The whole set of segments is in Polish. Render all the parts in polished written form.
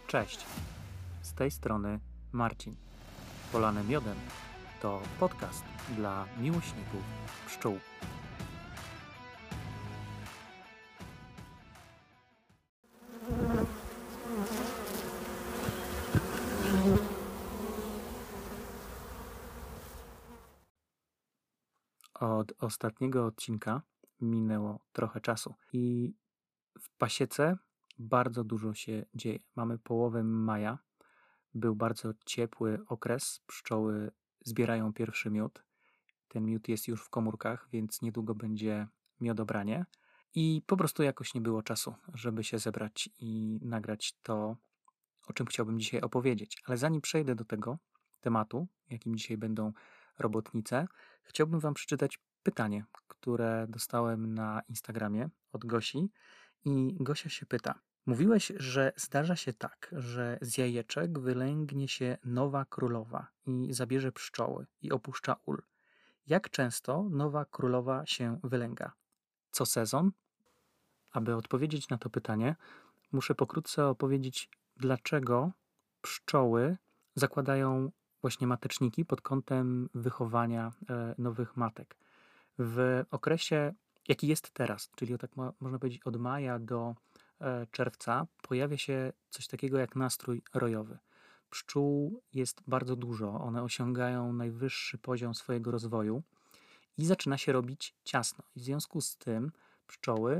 Cześć, z tej strony Marcin. Polane Miodem to podcast dla miłośników pszczół. Od ostatniego odcinka minęło trochę czasu i w pasiece bardzo dużo się dzieje. Mamy połowę maja, był bardzo ciepły okres, pszczoły zbierają pierwszy miód. Ten miód jest już w komórkach, więc niedługo będzie miodobranie i po prostu jakoś nie było czasu, żeby się zebrać i nagrać to, o czym chciałbym dzisiaj opowiedzieć. Ale zanim przejdę do tego tematu, jakim dzisiaj będą robotnice, chciałbym Wam przeczytać pytanie, które dostałem na Instagramie od Gosi i Gosia się pyta. Mówiłeś, że zdarza się tak, że z jajeczek wylęgnie się nowa królowa i zabierze pszczoły i opuszcza ul. Jak często nowa królowa się wylęga? Co sezon? Aby odpowiedzieć na to pytanie, muszę pokrótce opowiedzieć, dlaczego pszczoły zakładają właśnie mateczniki pod kątem wychowania nowych matek. W okresie, jaki jest teraz, czyli tak można powiedzieć od maja do czerwca, pojawia się coś takiego jak nastrój rojowy. Pszczół jest bardzo dużo, one osiągają najwyższy poziom swojego rozwoju i zaczyna się robić ciasno. I w związku z tym pszczoły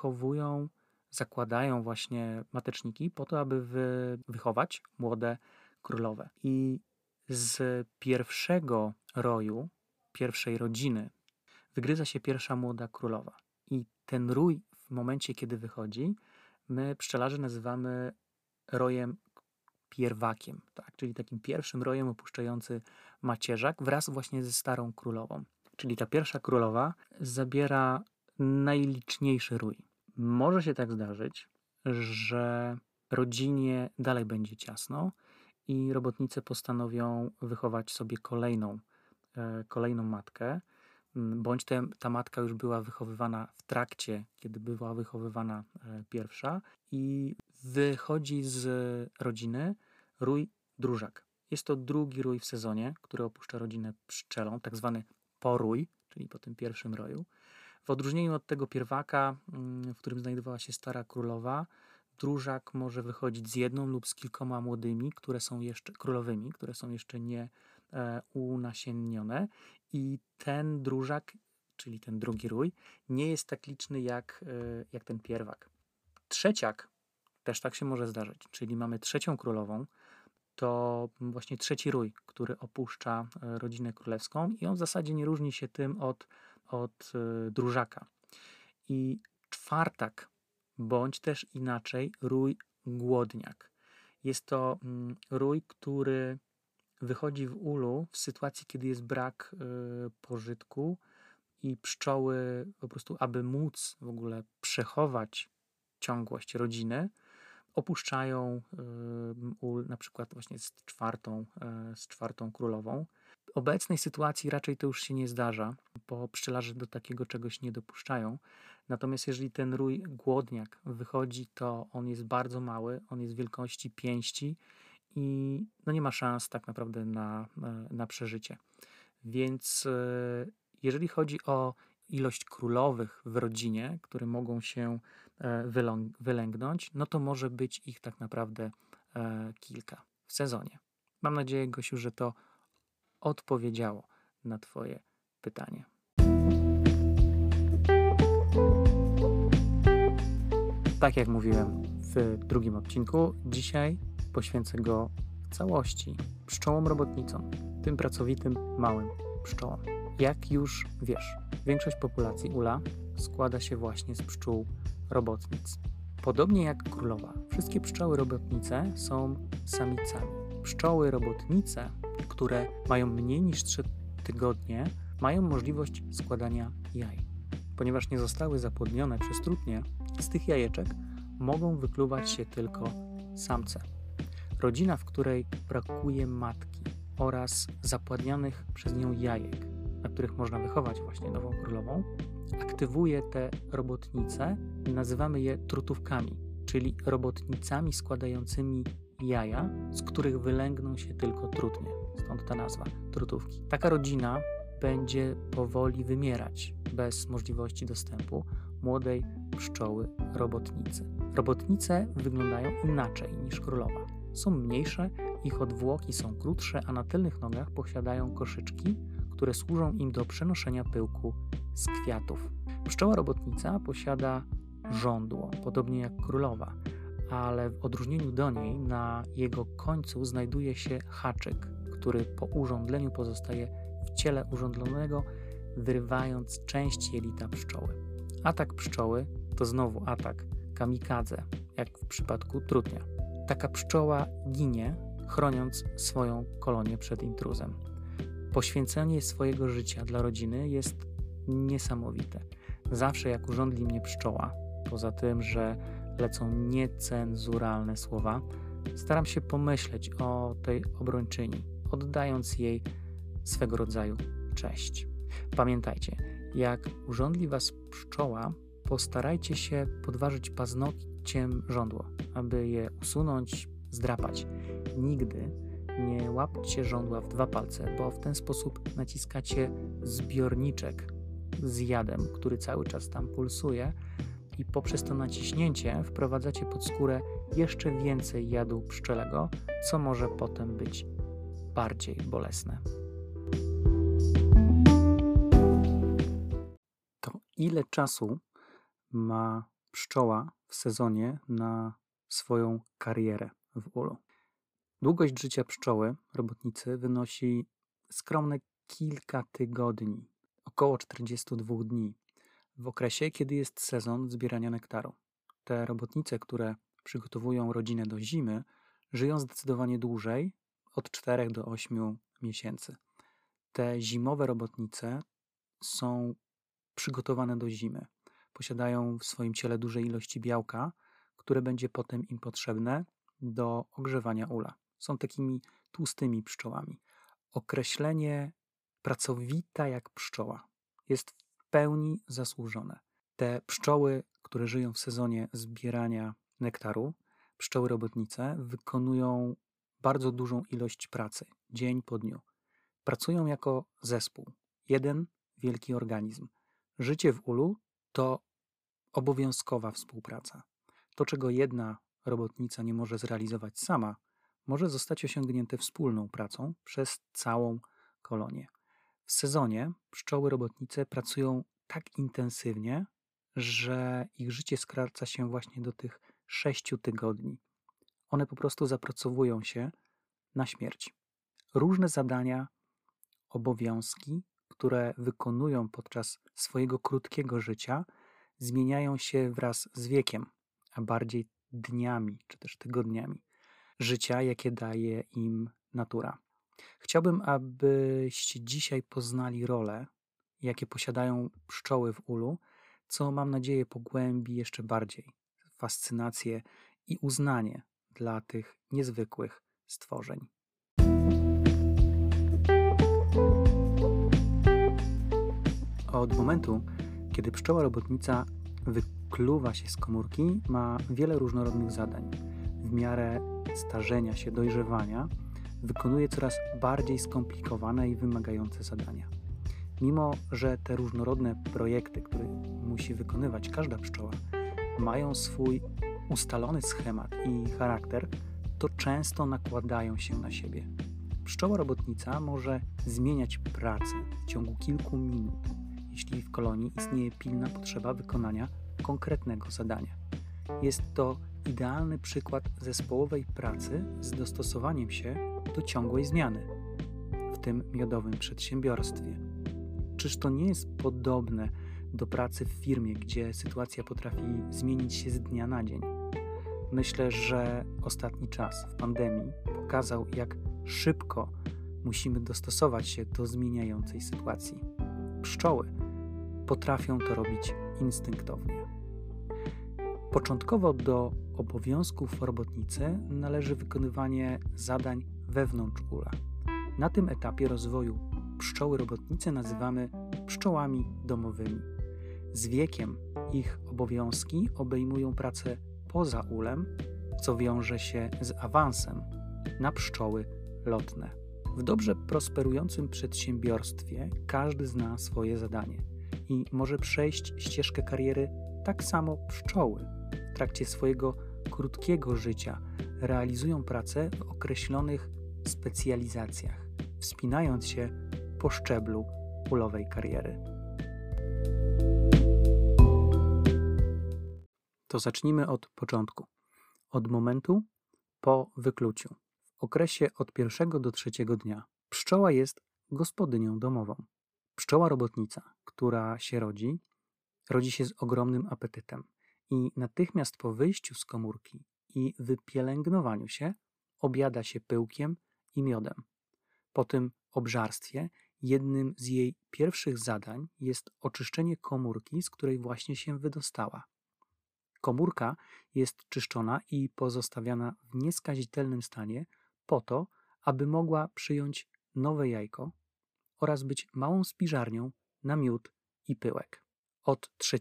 zakładają właśnie mateczniki po to, aby wychować młode królowe. I z pierwszego roju, pierwszej rodziny wygryza się pierwsza młoda królowa. I ten rój w momencie, kiedy wychodzi, my pszczelarze nazywamy rojem pierwakiem, tak? Czyli takim pierwszym rojem opuszczający macierzak wraz właśnie ze starą królową. Czyli ta pierwsza królowa zabiera najliczniejszy rój. Może się tak zdarzyć, że rodzinie dalej będzie ciasno i robotnice postanowią wychować sobie kolejną matkę, bądź ta matka już była wychowywana w trakcie, kiedy była wychowywana pierwsza i wychodzi z rodziny rój drużak. Jest to drugi rój w sezonie, który opuszcza rodzinę pszczelą, tak zwany porój, czyli po tym pierwszym roju. W odróżnieniu od tego pierwaka, w którym znajdowała się stara królowa, drużak może wychodzić z jedną lub z kilkoma młodymi, królowymi, które są jeszcze nie unasiennione i ten drużak, czyli ten drugi rój, nie jest tak liczny jak ten pierwak. Trzeciak też tak się może zdarzyć, czyli mamy trzecią królową, to właśnie trzeci rój, który opuszcza rodzinę królewską i on w zasadzie nie różni się tym od drużaka. I czwartak, bądź też inaczej rój głodniak. Jest to rój, który wychodzi w ulu w sytuacji, kiedy jest brak pożytku i pszczoły po prostu, aby móc w ogóle przechować ciągłość rodziny, opuszczają ul na przykład właśnie z czwartą królową. W obecnej sytuacji raczej to już się nie zdarza, bo pszczelarze do takiego czegoś nie dopuszczają. Natomiast jeżeli ten rój głodniak wychodzi, to on jest bardzo mały, on jest wielkości pięści i nie ma szans tak naprawdę na przeżycie. Więc jeżeli chodzi o ilość królowych w rodzinie, które mogą się wylęgnąć, no to może być ich tak naprawdę kilka w sezonie. Mam nadzieję, Gosiu, że to odpowiedziało na Twoje pytanie. Tak jak mówiłem w drugim odcinku, dzisiaj poświęcę go w całości pszczołom robotnicom, tym pracowitym, małym pszczołom. Jak już wiesz, większość populacji ula składa się właśnie z pszczół robotnic. Podobnie jak królowa, wszystkie pszczoły robotnice są samicami. Pszczoły robotnice, które mają mniej niż 3 tygodnie, mają możliwość składania jaj. Ponieważ nie zostały zapłodnione przez trutnie, z tych jajeczek mogą wykluwać się tylko samce. Rodzina, w której brakuje matki oraz zapładnianych przez nią jajek, na których można wychować właśnie nową królową, aktywuje te robotnice, nazywamy je trutówkami, czyli robotnicami składającymi jaja, z których wylęgną się tylko trutnie. Stąd ta nazwa, trutówki. Taka rodzina będzie powoli wymierać bez możliwości dostępu młodej pszczoły robotnicy. Robotnice wyglądają inaczej niż królowa. Są mniejsze, ich odwłoki są krótsze, a na tylnych nogach posiadają koszyczki, które służą im do przenoszenia pyłku z kwiatów. Pszczoła robotnica posiada żądło, podobnie jak królowa, ale w odróżnieniu do niej na jego końcu znajduje się haczyk, który po urządleniu pozostaje w ciele urządlonego, wyrywając część jelita pszczoły. Atak pszczoły to znowu atak kamikadze, jak w przypadku trutnia. Taka pszczoła ginie, chroniąc swoją kolonię przed intruzem. Poświęcenie swojego życia dla rodziny jest niesamowite. Zawsze jak urządli mnie pszczoła, poza tym, że lecą niecenzuralne słowa, staram się pomyśleć o tej obrończyni, oddając jej swego rodzaju cześć. Pamiętajcie, jak urządli was pszczoła, postarajcie się podważyć paznokciem żądło, aby je usunąć, zdrapać. Nigdy nie łapcie żądła w 2 palce, bo w ten sposób naciskacie zbiorniczek z jadem, który cały czas tam pulsuje i poprzez to naciśnięcie wprowadzacie pod skórę jeszcze więcej jadu pszczelego, co może potem być bardziej bolesne. To ile czasu ma pszczoła w sezonie na swoją karierę w ulu? Długość życia pszczoły robotnicy wynosi skromne kilka tygodni, około 42 dni, w okresie, kiedy jest sezon zbierania nektaru. Te robotnice, które przygotowują rodzinę do zimy, żyją zdecydowanie dłużej, od 4 do 8 miesięcy. Te zimowe robotnice są przygotowane do zimy. Posiadają w swoim ciele duże ilości białka, które będzie potem im potrzebne do ogrzewania ula. Są takimi tłustymi pszczołami. Określenie pracowita jak pszczoła jest w pełni zasłużone. Te pszczoły, które żyją w sezonie zbierania nektaru, pszczoły robotnice, wykonują bardzo dużą ilość pracy, dzień po dniu. Pracują jako zespół, jeden wielki organizm. Życie w ulu to obowiązkowa współpraca. To, czego jedna robotnica nie może zrealizować sama, może zostać osiągnięte wspólną pracą przez całą kolonię. W sezonie pszczoły robotnice pracują tak intensywnie, że ich życie skraca się właśnie do tych 6 tygodni. One po prostu zapracowują się na śmierć. Różne zadania, obowiązki, które wykonują podczas swojego krótkiego życia, zmieniają się wraz z wiekiem, a bardziej dniami czy też tygodniami życia, jakie daje im natura. Chciałbym, abyście dzisiaj poznali role, jakie posiadają pszczoły w ulu, co mam nadzieję pogłębi jeszcze bardziej fascynację i uznanie dla tych niezwykłych stworzeń. Od momentu, kiedy pszczoła robotnica wykluwa się z komórki, ma wiele różnorodnych zadań. W miarę starzenia się, dojrzewania, wykonuje coraz bardziej skomplikowane i wymagające zadania. Mimo że te różnorodne projekty, które musi wykonywać każda pszczoła, mają swój ustalony schemat i charakter, to często nakładają się na siebie. Pszczoła robotnica może zmieniać pracę w ciągu kilku minut, jeśli w kolonii istnieje pilna potrzeba wykonania konkretnego zadania. Jest to idealny przykład zespołowej pracy z dostosowaniem się do ciągłej zmiany w tym miodowym przedsiębiorstwie. Czyż to nie jest podobne do pracy w firmie, gdzie sytuacja potrafi zmienić się z dnia na dzień? Myślę, że ostatni czas w pandemii pokazał, jak szybko musimy dostosować się do zmieniającej sytuacji. Pszczoły potrafią to robić instynktownie. Początkowo do obowiązków robotnicy należy wykonywanie zadań wewnątrz ula. Na tym etapie rozwoju pszczoły robotnice nazywamy pszczołami domowymi. Z wiekiem ich obowiązki obejmują pracę poza ulem, co wiąże się z awansem na pszczoły lotne. W dobrze prosperującym przedsiębiorstwie każdy zna swoje zadanie i może przejść ścieżkę kariery tak samo pszczoły. W trakcie swojego krótkiego życia realizują pracę w określonych specjalizacjach, wspinając się po szczeblu ulowej kariery. To zacznijmy od początku. Od momentu po wykluciu. W okresie od 1 do 3 dnia pszczoła jest gospodynią domową. Pszczoła robotnica, która się rodzi się z ogromnym apetytem i natychmiast po wyjściu z komórki i wypielęgnowaniu się objada się pyłkiem i miodem. Po tym obżarstwie jednym z jej pierwszych zadań jest oczyszczenie komórki, z której właśnie się wydostała. Komórka jest czyszczona i pozostawiana w nieskazitelnym stanie po to, aby mogła przyjąć nowe jajko oraz być małą spiżarnią na miód i pyłek. Od 3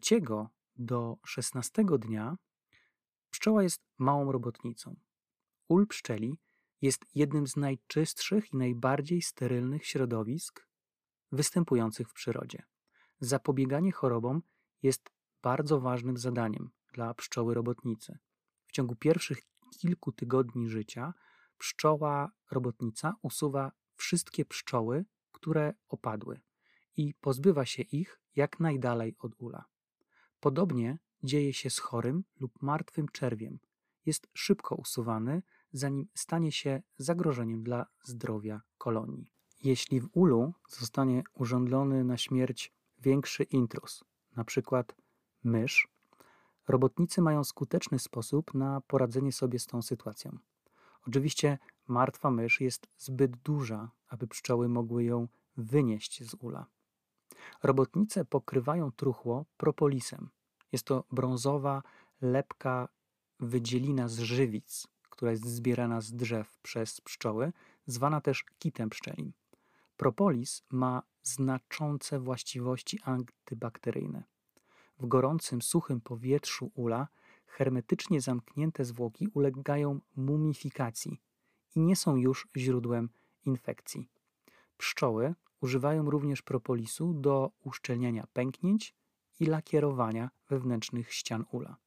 do 16 dnia pszczoła jest małą robotnicą. Ul pszczeli jest jednym z najczystszych i najbardziej sterylnych środowisk występujących w przyrodzie. Zapobieganie chorobom jest bardzo ważnym zadaniem dla pszczoły robotnicy. W ciągu pierwszych kilku tygodni życia pszczoła robotnica usuwa wszystkie pszczoły, które opadły i pozbywa się ich jak najdalej od ula. Podobnie dzieje się z chorym lub martwym czerwiem. Jest szybko usuwany, zanim stanie się zagrożeniem dla zdrowia kolonii. Jeśli w ulu zostanie urządzony na śmierć większy intruz, np. mysz, robotnicy mają skuteczny sposób na poradzenie sobie z tą sytuacją. Oczywiście martwa mysz jest zbyt duża, aby pszczoły mogły ją wynieść z ula. Robotnice pokrywają truchło propolisem. Jest to brązowa, lepka wydzielina z żywic, która jest zbierana z drzew przez pszczoły, zwana też kitem pszczelim. Propolis ma znaczące właściwości antybakteryjne. W gorącym, suchym powietrzu ula hermetycznie zamknięte zwłoki ulegają mumifikacji i nie są już źródłem infekcji. Pszczoły używają również propolisu do uszczelniania pęknięć i lakierowania wewnętrznych ścian ula.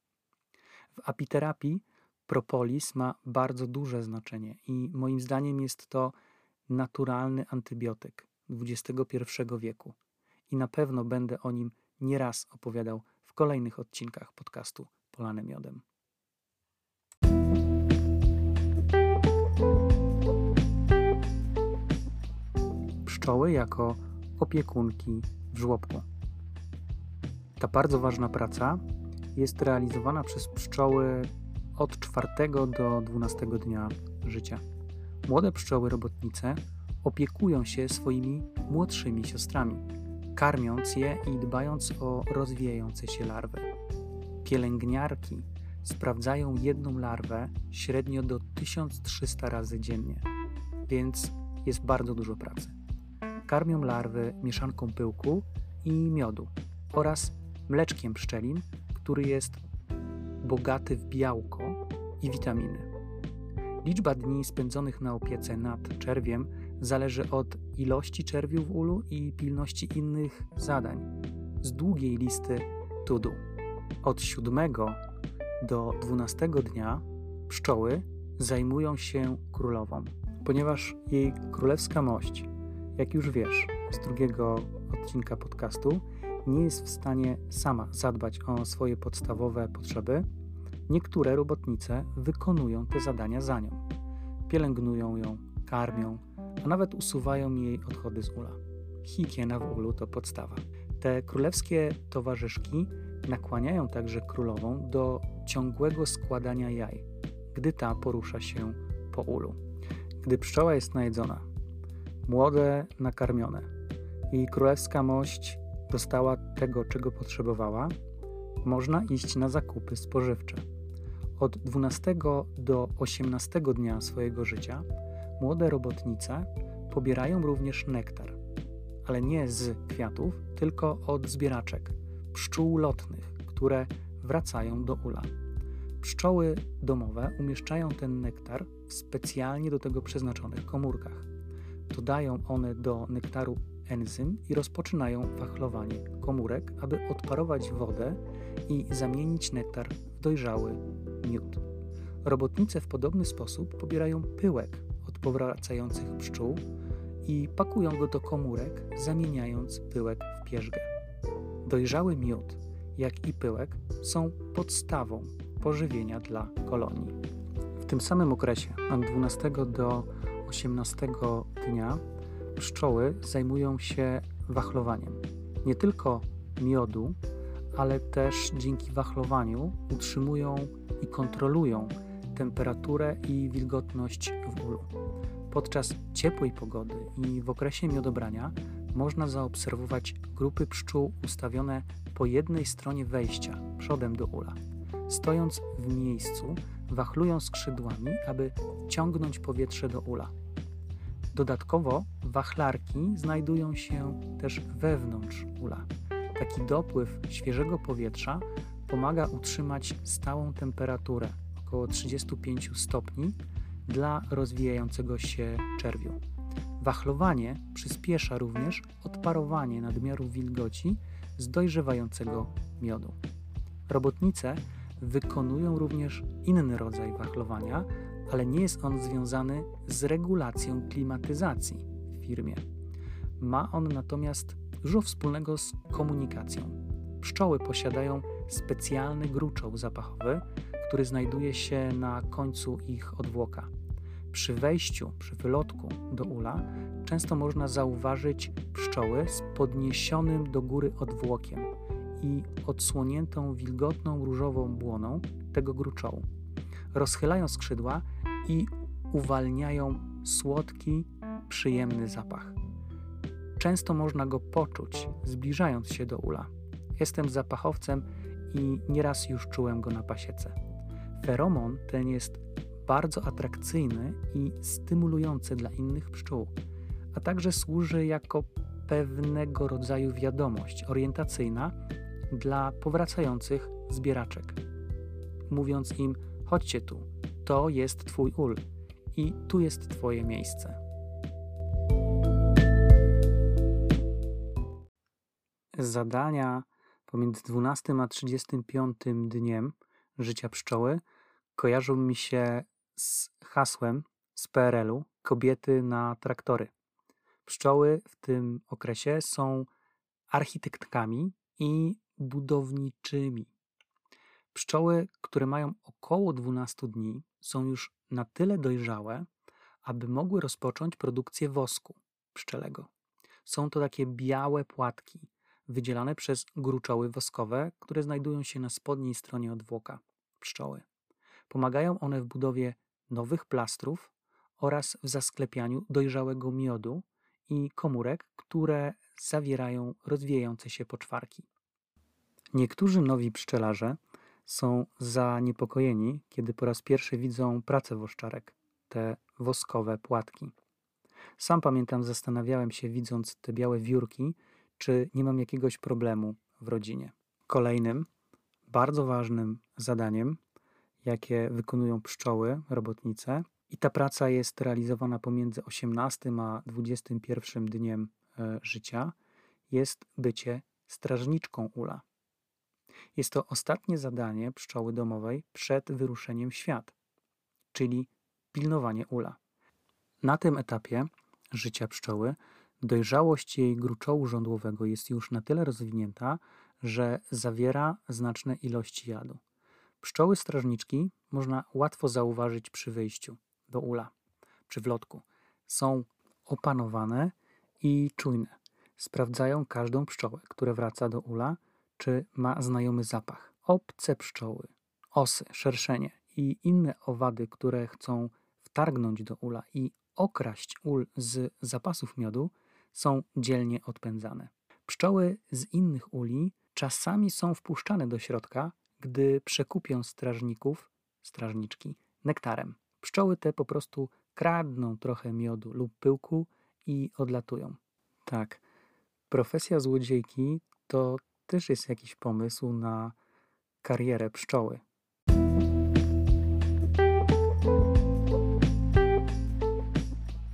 W apiterapii propolis ma bardzo duże znaczenie i moim zdaniem jest to naturalny antybiotyk XXI wieku i na pewno będę o nim nieraz opowiadał w kolejnych odcinkach podcastu Polany Miodem. Pszczoły jako opiekunki w żłobku. Ta bardzo ważna praca jest realizowana przez pszczoły od 4 do 12 dnia życia. Młode pszczoły robotnice opiekują się swoimi młodszymi siostrami, karmiąc je i dbając o rozwijające się larwy. Pielęgniarki sprawdzają jedną larwę średnio do 1300 razy dziennie, więc jest bardzo dużo pracy. Karmią larwy mieszanką pyłku i miodu oraz mleczkiem pszczelim, który jest bogaty w białko i witaminy. Liczba dni spędzonych na opiece nad czerwiem zależy od ilości czerwiów w ulu i pilności innych zadań z długiej listy to do. Od 7 do 12 dnia pszczoły zajmują się królową, ponieważ jej królewska mość, jak już wiesz z drugiego odcinka podcastu, nie jest w stanie sama zadbać o swoje podstawowe potrzeby. Niektóre robotnice wykonują te zadania za nią. Pielęgnują ją, karmią, a nawet usuwają jej odchody z ula. Higiena w ulu to podstawa. Te królewskie towarzyszki nakłaniają także królową do ciągłego składania jaj, gdy ta porusza się po ulu. Gdy pszczoła jest najedzona, młode nakarmione i królewska mość dostała tego, czego potrzebowała, można iść na zakupy spożywcze. Od 12 do 18 dnia swojego życia młode robotnice pobierają również nektar, ale nie z kwiatów, tylko od zbieraczek, pszczół lotnych, które wracają do ula. Pszczoły domowe umieszczają ten nektar w specjalnie do tego przeznaczonych komórkach. Dodają one do nektaru enzym i rozpoczynają wachlowanie komórek, aby odparować wodę i zamienić nektar w dojrzały miód. Robotnice w podobny sposób pobierają pyłek od powracających pszczół i pakują go do komórek, zamieniając pyłek w pierzgę. Dojrzały miód, jak i pyłek, są podstawą pożywienia dla kolonii. W tym samym okresie, od 12 do 18 dnia, pszczoły zajmują się wachlowaniem. Nie tylko miodu, ale też dzięki wachlowaniu utrzymują i kontrolują temperaturę i wilgotność w ulu. Podczas ciepłej pogody i w okresie miodobrania można zaobserwować grupy pszczół ustawione po jednej stronie wejścia, przodem do ula. Stojąc w miejscu, wachlują skrzydłami, aby ciągnąć powietrze do ula. Dodatkowo wachlarki znajdują się też wewnątrz ula. Taki dopływ świeżego powietrza pomaga utrzymać stałą temperaturę około 35 stopni dla rozwijającego się czerwiu. Wachlowanie przyspiesza również odparowanie nadmiaru wilgoci z dojrzewającego miodu. Robotnice wykonują również inny rodzaj wachlowania, ale nie jest on związany z regulacją klimatyzacji w firmie. Ma on natomiast dużo wspólnego z komunikacją. Pszczoły posiadają specjalny gruczoł zapachowy, który znajduje się na końcu ich odwłoka. Przy wejściu, przy wylotku do ula często można zauważyć pszczoły z podniesionym do góry odwłokiem i odsłoniętą wilgotną różową błoną tego gruczołu. Rozchylają skrzydła i uwalniają słodki, przyjemny zapach. Często można go poczuć, zbliżając się do ula. Jestem zapachowcem i nieraz już czułem go na pasiece. Feromon ten jest bardzo atrakcyjny i stymulujący dla innych pszczół, a także służy jako pewnego rodzaju wiadomość orientacyjna dla powracających zbieraczek. Mówiąc im: chodźcie tu, to jest twój ul i tu jest twoje miejsce. Zadania pomiędzy 12 a 35 dniem życia pszczoły kojarzą mi się z hasłem z PRL-u kobiety na traktory. Pszczoły w tym okresie są architektkami i budowniczymi. Pszczoły, które mają około 12 dni, są już na tyle dojrzałe, aby mogły rozpocząć produkcję wosku pszczelego. Są to takie białe płatki, wydzielane przez gruczoły woskowe, które znajdują się na spodniej stronie odwłoka pszczoły. Pomagają one w budowie nowych plastrów oraz w zasklepianiu dojrzałego miodu i komórek, które zawierają rozwijające się poczwarki. Niektórzy nowi pszczelarze są zaniepokojeni, kiedy po raz pierwszy widzą pracę woszczarek, te woskowe płatki. Sam pamiętam, zastanawiałem się, widząc te białe wiórki, czy nie mam jakiegoś problemu w rodzinie. Kolejnym, bardzo ważnym zadaniem, jakie wykonują pszczoły, robotnice, i ta praca jest realizowana pomiędzy 18 a 21 dniem życia, jest bycie strażniczką ula. Jest to ostatnie zadanie pszczoły domowej przed wyruszeniem w świat, czyli pilnowanie ula. Na tym etapie życia pszczoły dojrzałość jej gruczołu żądłowego jest już na tyle rozwinięta, że zawiera znaczne ilości jadu. Pszczoły strażniczki można łatwo zauważyć przy wyjściu do ula, przy wlotku. Są opanowane i czujne. Sprawdzają każdą pszczołę, która wraca do ula, czy ma znajomy zapach. Obce pszczoły, osy, szerszenie i inne owady, które chcą wtargnąć do ula i okraść ul z zapasów miodu, są dzielnie odpędzane. Pszczoły z innych uli czasami są wpuszczane do środka, gdy przekupią strażniczki, nektarem. Pszczoły te po prostu kradną trochę miodu lub pyłku i odlatują. Tak, profesja złodziejki to też jest jakiś pomysł na karierę pszczoły.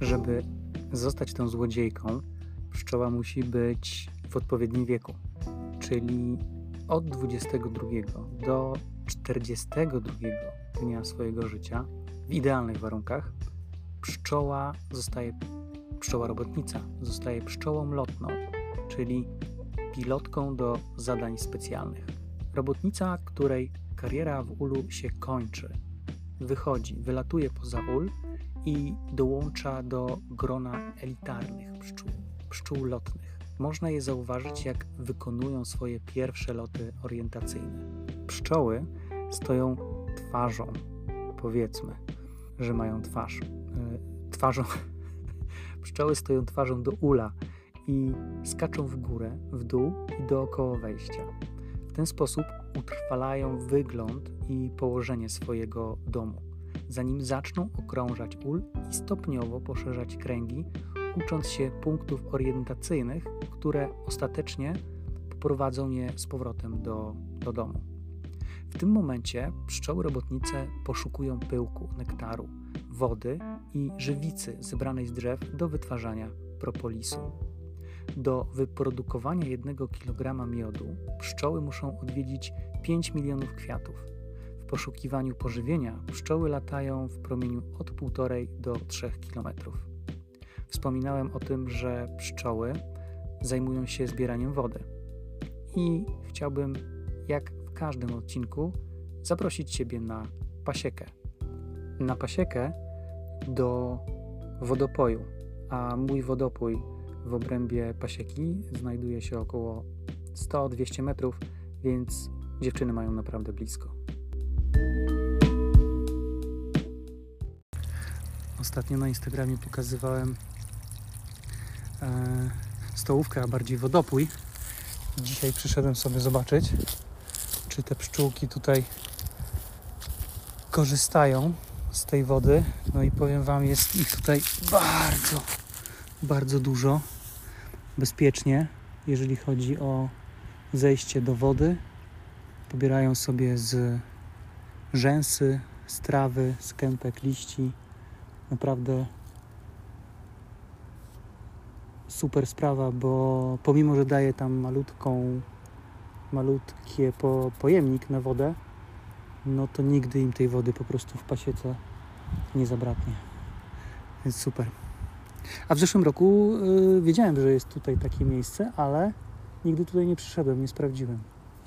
Żeby zostać tą złodziejką, pszczoła musi być w odpowiednim wieku, czyli od 22 do 42 dnia swojego życia, w idealnych warunkach, pszczoła robotnica zostaje pszczołą lotną, czyli pilotką do zadań specjalnych. Robotnica, której kariera w ulu się kończy, wylatuje poza ul i dołącza do grona elitarnych pszczół lotnych. Można je zauważyć, jak wykonują swoje pierwsze loty orientacyjne. Pszczoły stoją twarzą, powiedzmy, że mają Pszczoły stoją twarzą do ula i skaczą w górę, w dół i dookoła wejścia. W ten sposób utrwalają wygląd i położenie swojego domu, zanim zaczną okrążać ul i stopniowo poszerzać kręgi, ucząc się punktów orientacyjnych, które ostatecznie poprowadzą je z powrotem do domu. W tym momencie pszczoły robotnice poszukują pyłku, nektaru, wody i żywicy zebranej z drzew do wytwarzania propolisu. Do wyprodukowania 1 kg miodu pszczoły muszą odwiedzić 5 milionów kwiatów. W poszukiwaniu pożywienia pszczoły latają w promieniu od 1,5 do 3 km. Wspominałem o tym, że pszczoły zajmują się zbieraniem wody. I chciałbym, jak w każdym odcinku, zaprosić Ciebie na pasiekę. Na pasiekę do wodopoju, a mój wodopój w obrębie pasieki znajduje się około 100-200 metrów, więc dziewczyny mają naprawdę blisko. Ostatnio na Instagramie pokazywałem stołówkę, a bardziej wodopój. Dzisiaj przyszedłem sobie zobaczyć, czy te pszczółki tutaj korzystają z tej wody. No i powiem Wam, jest ich tutaj bardzo, bardzo dużo. Bezpiecznie, jeżeli chodzi o zejście do wody. Pobierają sobie z rzęsy, z trawy, z kępek, liści. Naprawdę super sprawa, bo pomimo, że daje tam malutkie pojemnik na wodę, no to nigdy im tej wody po prostu w pasiece nie zabraknie. Więc super. A w zeszłym roku wiedziałem, że jest tutaj takie miejsce, ale nigdy tutaj nie przyszedłem, nie sprawdziłem.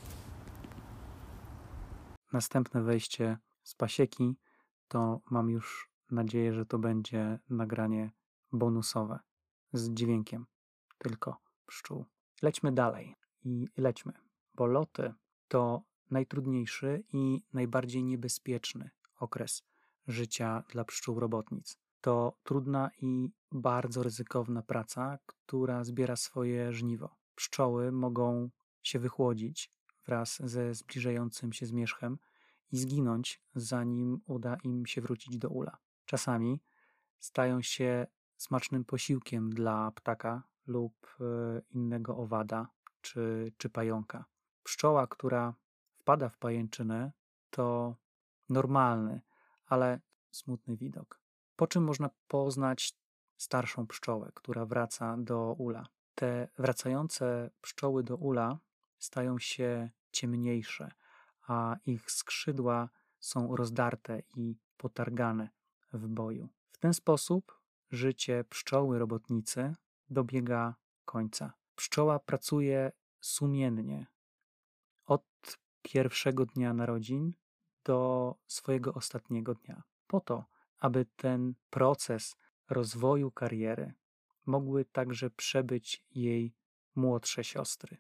Następne wejście z pasieki to mam już nadzieję, że to będzie nagranie bonusowe z dźwiękiem tylko pszczół. Lećmy dalej i lećmy, bo loty to najtrudniejszy i najbardziej niebezpieczny okres życia dla pszczół robotnic. To trudna i bardzo ryzykowna praca, która zbiera swoje żniwo. Pszczoły mogą się wychłodzić wraz ze zbliżającym się zmierzchem i zginąć, zanim uda im się wrócić do ula. Czasami stają się smacznym posiłkiem dla ptaka lub innego owada czy pająka. Pszczoła, która wpada w pajęczynę, to normalny, ale smutny widok. Po czym można poznać starszą pszczołę, która wraca do ula? Te wracające pszczoły do ula stają się ciemniejsze, a ich skrzydła są rozdarte i potargane w boju. W ten sposób życie pszczoły robotnicy dobiega końca. Pszczoła pracuje sumiennie od pierwszego dnia narodzin do swojego ostatniego dnia, po to, aby ten proces rozwoju kariery mogły także przebyć jej młodsze siostry.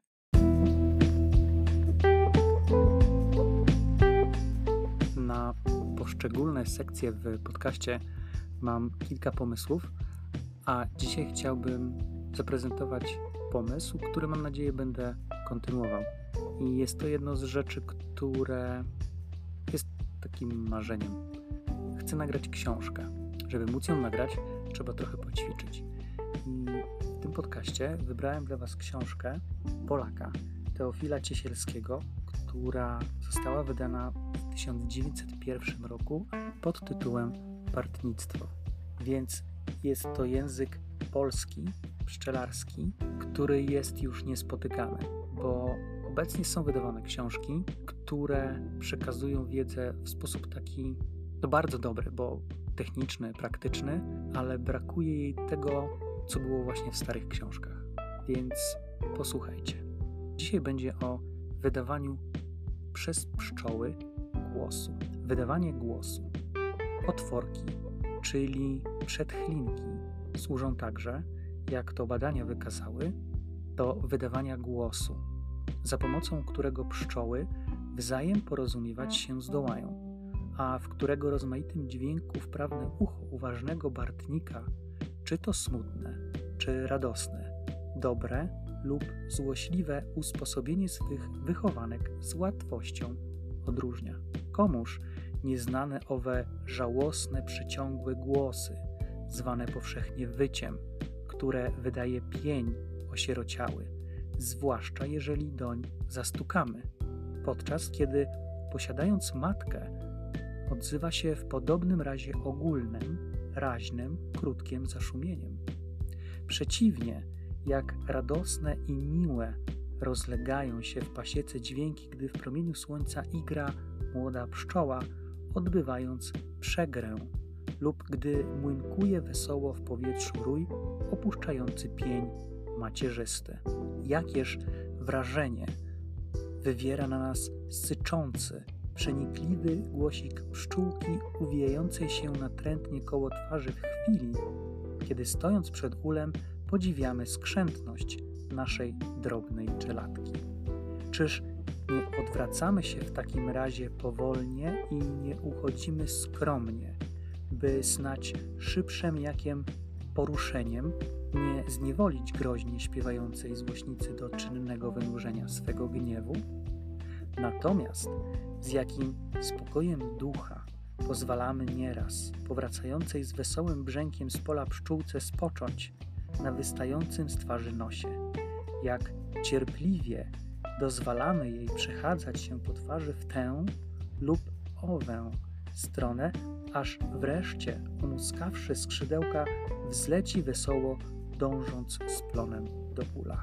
Na poszczególne sekcje w podcaście mam kilka pomysłów, a dzisiaj chciałbym zaprezentować pomysł, który mam nadzieję będę kontynuował. I jest to jedno z rzeczy, które jest takim marzeniem. Chcę nagrać książkę. Żeby móc ją nagrać, trzeba trochę poćwiczyć. I w tym podcaście wybrałem dla Was książkę Polaka, Teofila Ciesielskiego, która została wydana w 1901 roku pod tytułem Partnictwo. Więc jest to język polski, pszczelarski, który jest już niespotykany, bo obecnie są wydawane książki, które przekazują wiedzę w sposób taki bardzo dobry, bo techniczny, praktyczny, ale brakuje jej tego, co było właśnie w starych książkach. Więc posłuchajcie. Dzisiaj będzie o wydawaniu przez pszczoły głosu. Wydawanie głosu. Otworki, czyli przedchlinki, służą także, jak to badania wykazały, do wydawania głosu, za pomocą którego pszczoły wzajem porozumiewać się zdołają, a w którego rozmaitym dźwięku wprawne ucho uważnego bartnika, czy to smutne, czy radosne, dobre lub złośliwe usposobienie swych wychowanek z łatwością odróżnia. Komuż nieznane owe żałosne, przeciągłe głosy, zwane powszechnie wyciem, które wydaje pień osierociały, zwłaszcza jeżeli doń zastukamy, podczas kiedy, posiadając matkę, odzywa się w podobnym razie ogólnym, raźnym, krótkim zaszumieniem. Przeciwnie, jak radosne i miłe rozlegają się w pasiece dźwięki, gdy w promieniu słońca igra młoda pszczoła, odbywając przegrę, lub gdy młynkuje wesoło w powietrzu rój opuszczający pień macierzysty. Jakież wrażenie wywiera na nas syczący, przenikliwy głosik pszczółki uwijającej się natrętnie koło twarzy w chwili, kiedy stojąc przed ulem podziwiamy skrzętność naszej drobnej czeladki. Czyż nie odwracamy się w takim razie powolnie i nie uchodzimy skromnie, by snać szybszym jakiem poruszeniem nie zniewolić groźnie śpiewającej złośnicy do czynnego wynurzenia swego gniewu? Natomiast z jakim spokojem ducha pozwalamy nieraz powracającej z wesołym brzękiem z pola pszczółce spocząć na wystającym z twarzy nosie, jak cierpliwie dozwalamy jej przechadzać się po twarzy w tę lub owę stronę, aż wreszcie, umuskawszy skrzydełka, wzleci wesoło, dążąc z plonem do ula.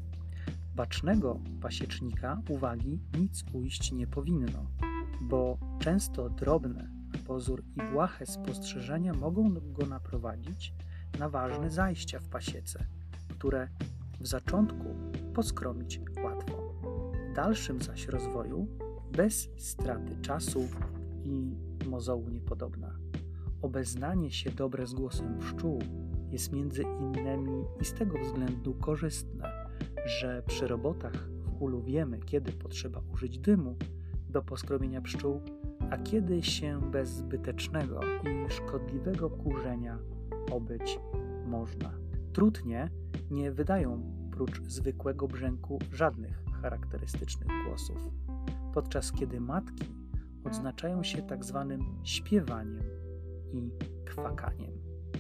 Bacznego pasiecznika uwagi nic ujść nie powinno, bo często drobne, na pozór i błahe spostrzeżenia mogą go naprowadzić na ważne zajścia w pasiece, które w zaczątku poskromić łatwo. W dalszym zaś rozwoju bez straty czasu i mozołu niepodobna. Obeznanie się dobre z głosem pszczół jest między innymi i z tego względu korzystne, że przy robotach w ulu wiemy, kiedy potrzeba użyć dymu do poskromienia pszczół, a kiedy się bez zbytecznego i szkodliwego kurzenia obyć można. Trutnie nie wydają prócz zwykłego brzęku żadnych charakterystycznych głosów, podczas kiedy matki odznaczają się tak zwanym śpiewaniem i kwakaniem.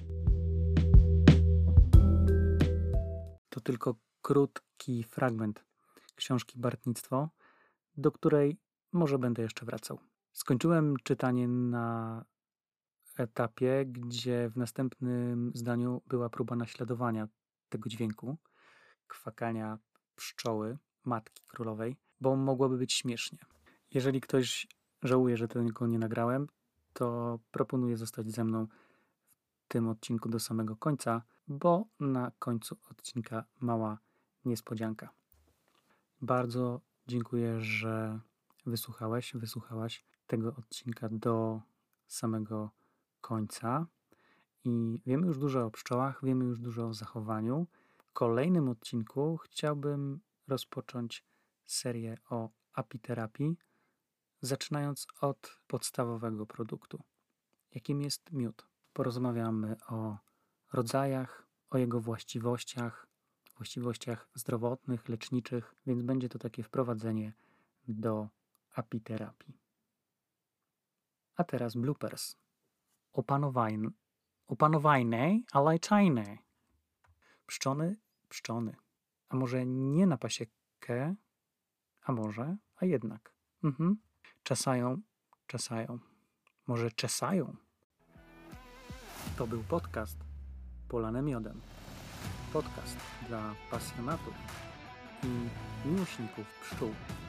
To tylko krótki fragment książki Bartnictwo, do której może będę jeszcze wracał. Skończyłem czytanie na etapie, gdzie w następnym zdaniu była próba naśladowania tego dźwięku, kwakania pszczoły, matki królowej, bo mogłoby być śmiesznie. Jeżeli ktoś żałuje, że tego nie nagrałem, to proponuję zostać ze mną w tym odcinku do samego końca, bo na końcu odcinka mała niespodzianka. Bardzo dziękuję, że wysłuchałaś tego odcinka do samego końca. I wiemy już dużo o pszczołach, wiemy już dużo o zachowaniu. W kolejnym odcinku chciałbym rozpocząć serię o apiterapii, zaczynając od podstawowego produktu, jakim jest miód. Porozmawiamy o rodzajach, o jego właściwościach zdrowotnych, leczniczych, więc będzie to takie wprowadzenie do apiterapii. A teraz bloopers. Opanowajne, ale czajne. Pszczony. A może nie na pasiekę, a może, a jednak. Czasają. Może czesają. To był podcast polane miodem. Podcast dla pasjonatów i miłośników pszczół.